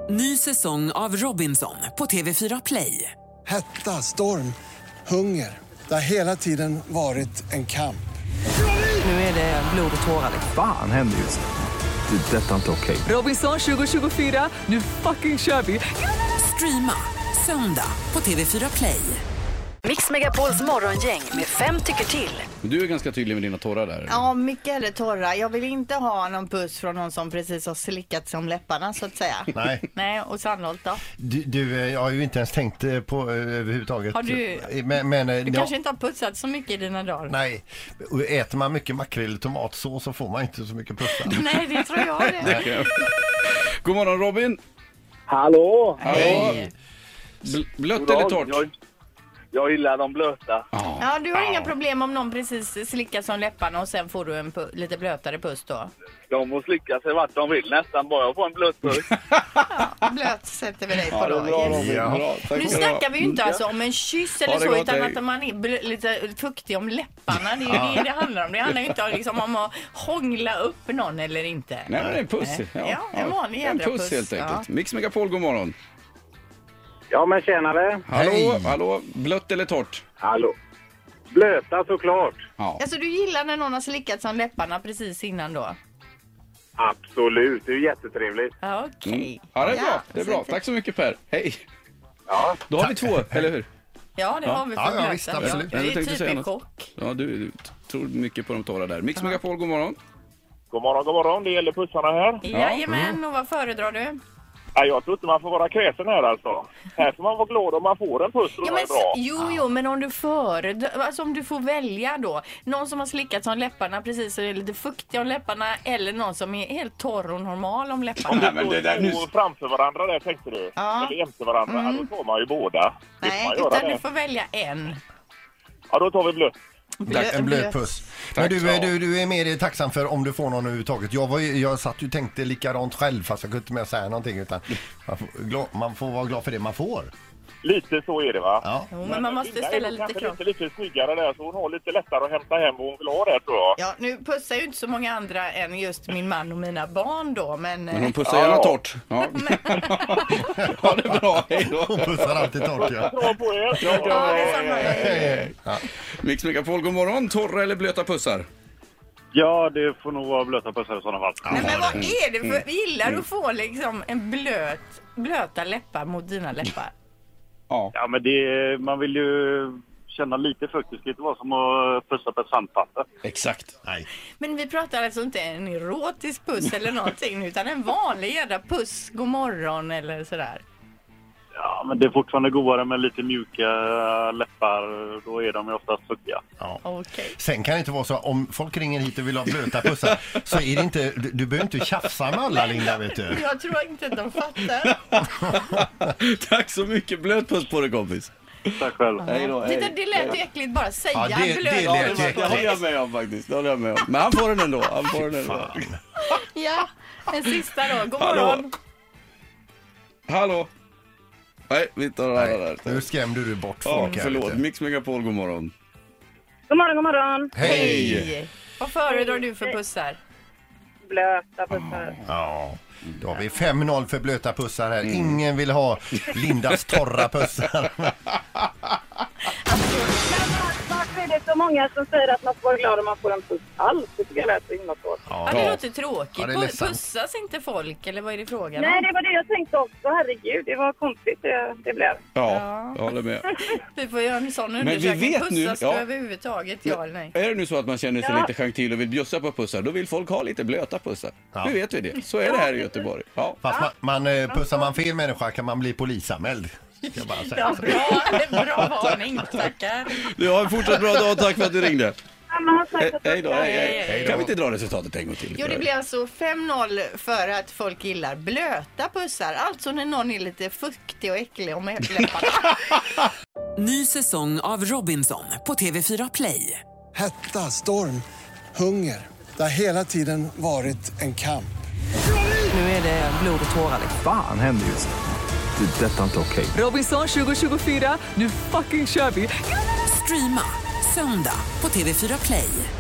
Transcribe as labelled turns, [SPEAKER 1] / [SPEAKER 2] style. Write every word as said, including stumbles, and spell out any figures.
[SPEAKER 1] Ny säsong av Robinson på T V fyra Play.
[SPEAKER 2] Hetta, storm, hunger. Det har hela tiden varit en kamp.
[SPEAKER 1] Nu är det blod och tårar.
[SPEAKER 3] Fan händer just det. Det är detta inte okej.
[SPEAKER 1] Robinson tjugo tjugofyra, nu fucking kör vi. Streama söndag på T V fyra Play.
[SPEAKER 4] Mix Megapols morgongäng med fem tycker till.
[SPEAKER 5] Du är ganska tydlig med dina tårar där.
[SPEAKER 6] Ja, mycket är det torra. Jag vill inte ha någon puss från någon som precis har slickat sig om läpparna, så att säga.
[SPEAKER 7] Nej.
[SPEAKER 6] Nej, och Sandholt då?
[SPEAKER 7] Du, du, jag har ju inte ens tänkt på överhuvudtaget.
[SPEAKER 6] Har du?
[SPEAKER 7] Men, men,
[SPEAKER 6] Du
[SPEAKER 7] ja,
[SPEAKER 6] kanske inte har pussat så mycket i dina dagar.
[SPEAKER 7] Nej, och äter man mycket makrill och tomatsås så får man inte så mycket pussar.
[SPEAKER 6] Nej, det tror jag det.
[SPEAKER 5] God morgon Robin.
[SPEAKER 8] Hallå!
[SPEAKER 5] Hej. Bl- blött eller torrt?
[SPEAKER 8] Jag, jag gillar de blöta.
[SPEAKER 6] Ja, du har inga problem om någon precis slickar som läpparna och sen får du en pu- lite blötare puss då?
[SPEAKER 8] De får slicka sig vart de vill nästan, bara jag får en blöt puss.
[SPEAKER 6] Ja, blöt sätter vi dig på
[SPEAKER 5] Ja, det
[SPEAKER 6] då.
[SPEAKER 5] är bra,
[SPEAKER 6] Yes.
[SPEAKER 5] Robin.
[SPEAKER 7] Ja.
[SPEAKER 5] Bra. Tack
[SPEAKER 6] Nu
[SPEAKER 5] ska du ha.
[SPEAKER 6] snackar vi ju inte alltså om en kyss eller
[SPEAKER 5] Ha det
[SPEAKER 6] så,
[SPEAKER 5] gott,
[SPEAKER 6] utan
[SPEAKER 5] hej.
[SPEAKER 6] att man är bl- lite fuktig om läpparna. Det är ju det det handlar om. Det handlar ju inte om, liksom, om att hångla upp någon eller inte.
[SPEAKER 5] Nej, men det är en puss.
[SPEAKER 6] Ja, en vanlig
[SPEAKER 5] En
[SPEAKER 6] jädra
[SPEAKER 5] puss
[SPEAKER 6] puss,
[SPEAKER 5] helt
[SPEAKER 6] ja.
[SPEAKER 5] enkelt. Mix Megapol, god morgon.
[SPEAKER 8] Ja, men tjenare.
[SPEAKER 5] Hallå,
[SPEAKER 7] Hej.
[SPEAKER 5] hallå. Blött eller torrt?
[SPEAKER 8] Hallå. Blöta såklart.
[SPEAKER 5] Ja.
[SPEAKER 6] Alltså du gillar när någon har slickat som läpparna precis innan då?
[SPEAKER 8] Absolut, det är jättetrevligt.
[SPEAKER 6] Ja, okej.
[SPEAKER 5] Mm. Ja, det är bra. Det är bra.
[SPEAKER 6] så-
[SPEAKER 5] Tack så mycket Per. Hej.
[SPEAKER 8] Ja.
[SPEAKER 5] Då har vi två, eller hur?
[SPEAKER 6] Ja, det har vi för
[SPEAKER 7] Ja, ja,
[SPEAKER 6] blöta.
[SPEAKER 7] visst, absolut.
[SPEAKER 6] Ja,
[SPEAKER 5] Jag
[SPEAKER 6] det är
[SPEAKER 5] tänkte
[SPEAKER 6] typ
[SPEAKER 5] säga
[SPEAKER 6] en
[SPEAKER 5] något.
[SPEAKER 6] chock.
[SPEAKER 5] Ja, du, du tror mycket på de torra där. Mix Megapol, god morgon.
[SPEAKER 8] God morgon, god morgon. Det gäller pussarna här.
[SPEAKER 6] Jajamän, och vad föredrar du?
[SPEAKER 8] Ja, jag tror inte man får vara kräsen här alltså. Här får man vara glad om man får en puss och
[SPEAKER 6] Ja,
[SPEAKER 8] det
[SPEAKER 6] men,
[SPEAKER 8] är bra.
[SPEAKER 6] jo, jo, men om du föredrar, alltså om du får välja då. Någon som har slickat som läpparna precis så är lite fuktig om läpparna, eller någon som är helt torr och normal om läpparna.
[SPEAKER 5] Nej, men det där nu...
[SPEAKER 8] Och framför varandra där tänkte du.
[SPEAKER 6] Ja.
[SPEAKER 8] Eller jämte varandra. Ja, då tar man ju båda. Vill
[SPEAKER 6] Nej,
[SPEAKER 8] man göra
[SPEAKER 6] utan
[SPEAKER 8] det?
[SPEAKER 6] du får välja en.
[SPEAKER 8] Ja, då tar vi blött.
[SPEAKER 7] Tack, en blöt puss. Men du, du, du är mer tacksam för om du får någon överhuvudtaget. Jag, var, ju- jag satt ju och tänkte likadant själv, fast jag kunde inte mer säga någonting. Utan man, får, gla, man får vara glad för det man får.
[SPEAKER 8] Lite så är det, va?
[SPEAKER 7] Ja.
[SPEAKER 6] Jo, men man måste ställa lite krav.
[SPEAKER 8] Kanske lite, lite snyggare där, så hon har lite lättare att hämta hem och hon vill ha det, tror jag.
[SPEAKER 6] Ja, nu pussar ju inte så många andra än just min man och mina barn då, men...
[SPEAKER 5] Men hon
[SPEAKER 6] eh,
[SPEAKER 5] pussar
[SPEAKER 8] Ja.
[SPEAKER 5] gärna torrt. Ja. Ja, det är bra. Hej då.
[SPEAKER 7] Hon pussar alltid torrt, ja.
[SPEAKER 8] Bra på er!
[SPEAKER 6] Ja, det är samma.
[SPEAKER 5] Mix Megapol, god morgon. Torra eller blöta pussar?
[SPEAKER 8] Ja, det får nog vara blöta pussar i sådana fall.
[SPEAKER 6] Nej, men vad är det för... Gillar du att få liksom en blöt, blöta läppar mot dina läppar?
[SPEAKER 5] Ja.
[SPEAKER 8] Ja, men det, man vill ju känna lite fukt. Det ska inte vara som att pussa på ett sandpapper.
[SPEAKER 5] Exakt.
[SPEAKER 7] Nej.
[SPEAKER 6] Men vi pratar alltså inte en erotisk puss eller någonting, utan en vanlig jävla puss, god morgon eller sådär.
[SPEAKER 8] Ja, men det är fortfarande godare med lite mjuka läppar. Då är de ju oftast fuktiga.
[SPEAKER 7] Ja.
[SPEAKER 6] Okej.
[SPEAKER 7] Sen kan det inte vara så, om folk ringer hit och vill ha blöta pussar, så är det inte, du, du behöver inte tjafsa med alla, Linda, vet du.
[SPEAKER 6] Jag tror inte att de fattar.
[SPEAKER 5] Tack så mycket. Blöt puss på dig, kompis.
[SPEAKER 8] Tack själv.
[SPEAKER 5] Hej då.
[SPEAKER 6] Titta, det lät ju äckligt bara säga
[SPEAKER 7] Ja, det- det
[SPEAKER 6] blöt.
[SPEAKER 7] lät
[SPEAKER 5] Ja,
[SPEAKER 7] ju
[SPEAKER 5] det,
[SPEAKER 7] äckligt.
[SPEAKER 5] det håller jag med om faktiskt. Det håller jag med om. Men han får den ändå. Han får den ändå.
[SPEAKER 6] Ja, en sista då. God
[SPEAKER 5] Hallå.
[SPEAKER 6] morgon.
[SPEAKER 5] Hallå. Nej, vi tar alla där.
[SPEAKER 7] Nu skrämde du bort
[SPEAKER 5] Ja,
[SPEAKER 7] folk här,
[SPEAKER 5] förlåt.
[SPEAKER 7] vet du.
[SPEAKER 5] Mix Megapol, god morgon.
[SPEAKER 9] God morgon, god morgon.
[SPEAKER 7] Hej!
[SPEAKER 6] Vad föredrar du för pussar?
[SPEAKER 9] Blöta pussar.
[SPEAKER 7] Ja, då har vi fem noll för blöta pussar här. Ingen vill ha Lindas torra pussar.
[SPEAKER 9] Varför är det så många som säger att man får vara glad om man får en puss alls? Det tycker jag lät så himla svårt.
[SPEAKER 6] Ja, det låter tråkigt.
[SPEAKER 7] Ja, det är
[SPEAKER 6] Pu-
[SPEAKER 7] ledsamt.
[SPEAKER 6] Pussas inte folk, eller vad är det frågan
[SPEAKER 9] Nej,
[SPEAKER 6] om?
[SPEAKER 9] det var det jag tänkte också. Herregud, det var konstigt det, det blev.
[SPEAKER 5] Ja, jag håller med.
[SPEAKER 6] Vi får göra en sån
[SPEAKER 5] vi
[SPEAKER 6] undersökning.
[SPEAKER 5] vet nu-
[SPEAKER 6] Pussas
[SPEAKER 5] ja.
[SPEAKER 6] du överhuvudtaget, ja eller nej?
[SPEAKER 5] Är det nu så att man känner sig
[SPEAKER 9] Ja.
[SPEAKER 5] lite gentil och vill bjussa på pussar, då vill folk ha lite blöta pussar.
[SPEAKER 7] Ja.
[SPEAKER 5] Nu vet vi det. Så är det här i Göteborg. Ja.
[SPEAKER 7] Fast man, man eh, pussar man fel människa kan man bli polisanmäld. Ska jag bara säga.
[SPEAKER 6] Ja, bra, det är bra varning, tackar.
[SPEAKER 5] Du har en fortsatt bra dag, tack för att du ringde.
[SPEAKER 9] Ja, men tack
[SPEAKER 5] He-
[SPEAKER 9] för att
[SPEAKER 5] Hej då, hej, hej.
[SPEAKER 6] Hej
[SPEAKER 7] då.
[SPEAKER 5] Kan vi inte dra resultatet en gång till?
[SPEAKER 6] Jo, det blir alltså fem noll för att folk gillar blöta pussar. Alltså när någon är lite fuktig och äcklig om läpparna.
[SPEAKER 1] Ny säsong av Robinson på T V fyra Play.
[SPEAKER 2] Hetta, storm, hunger. Det har hela tiden varit en kamp.
[SPEAKER 1] Nu är det blod och tårar.
[SPEAKER 3] Fan händer just det. Det är detta inte okej.
[SPEAKER 1] Robinson tjugo tjugofyra, nu fucking kör vi. Streama söndag på T V fyra Play.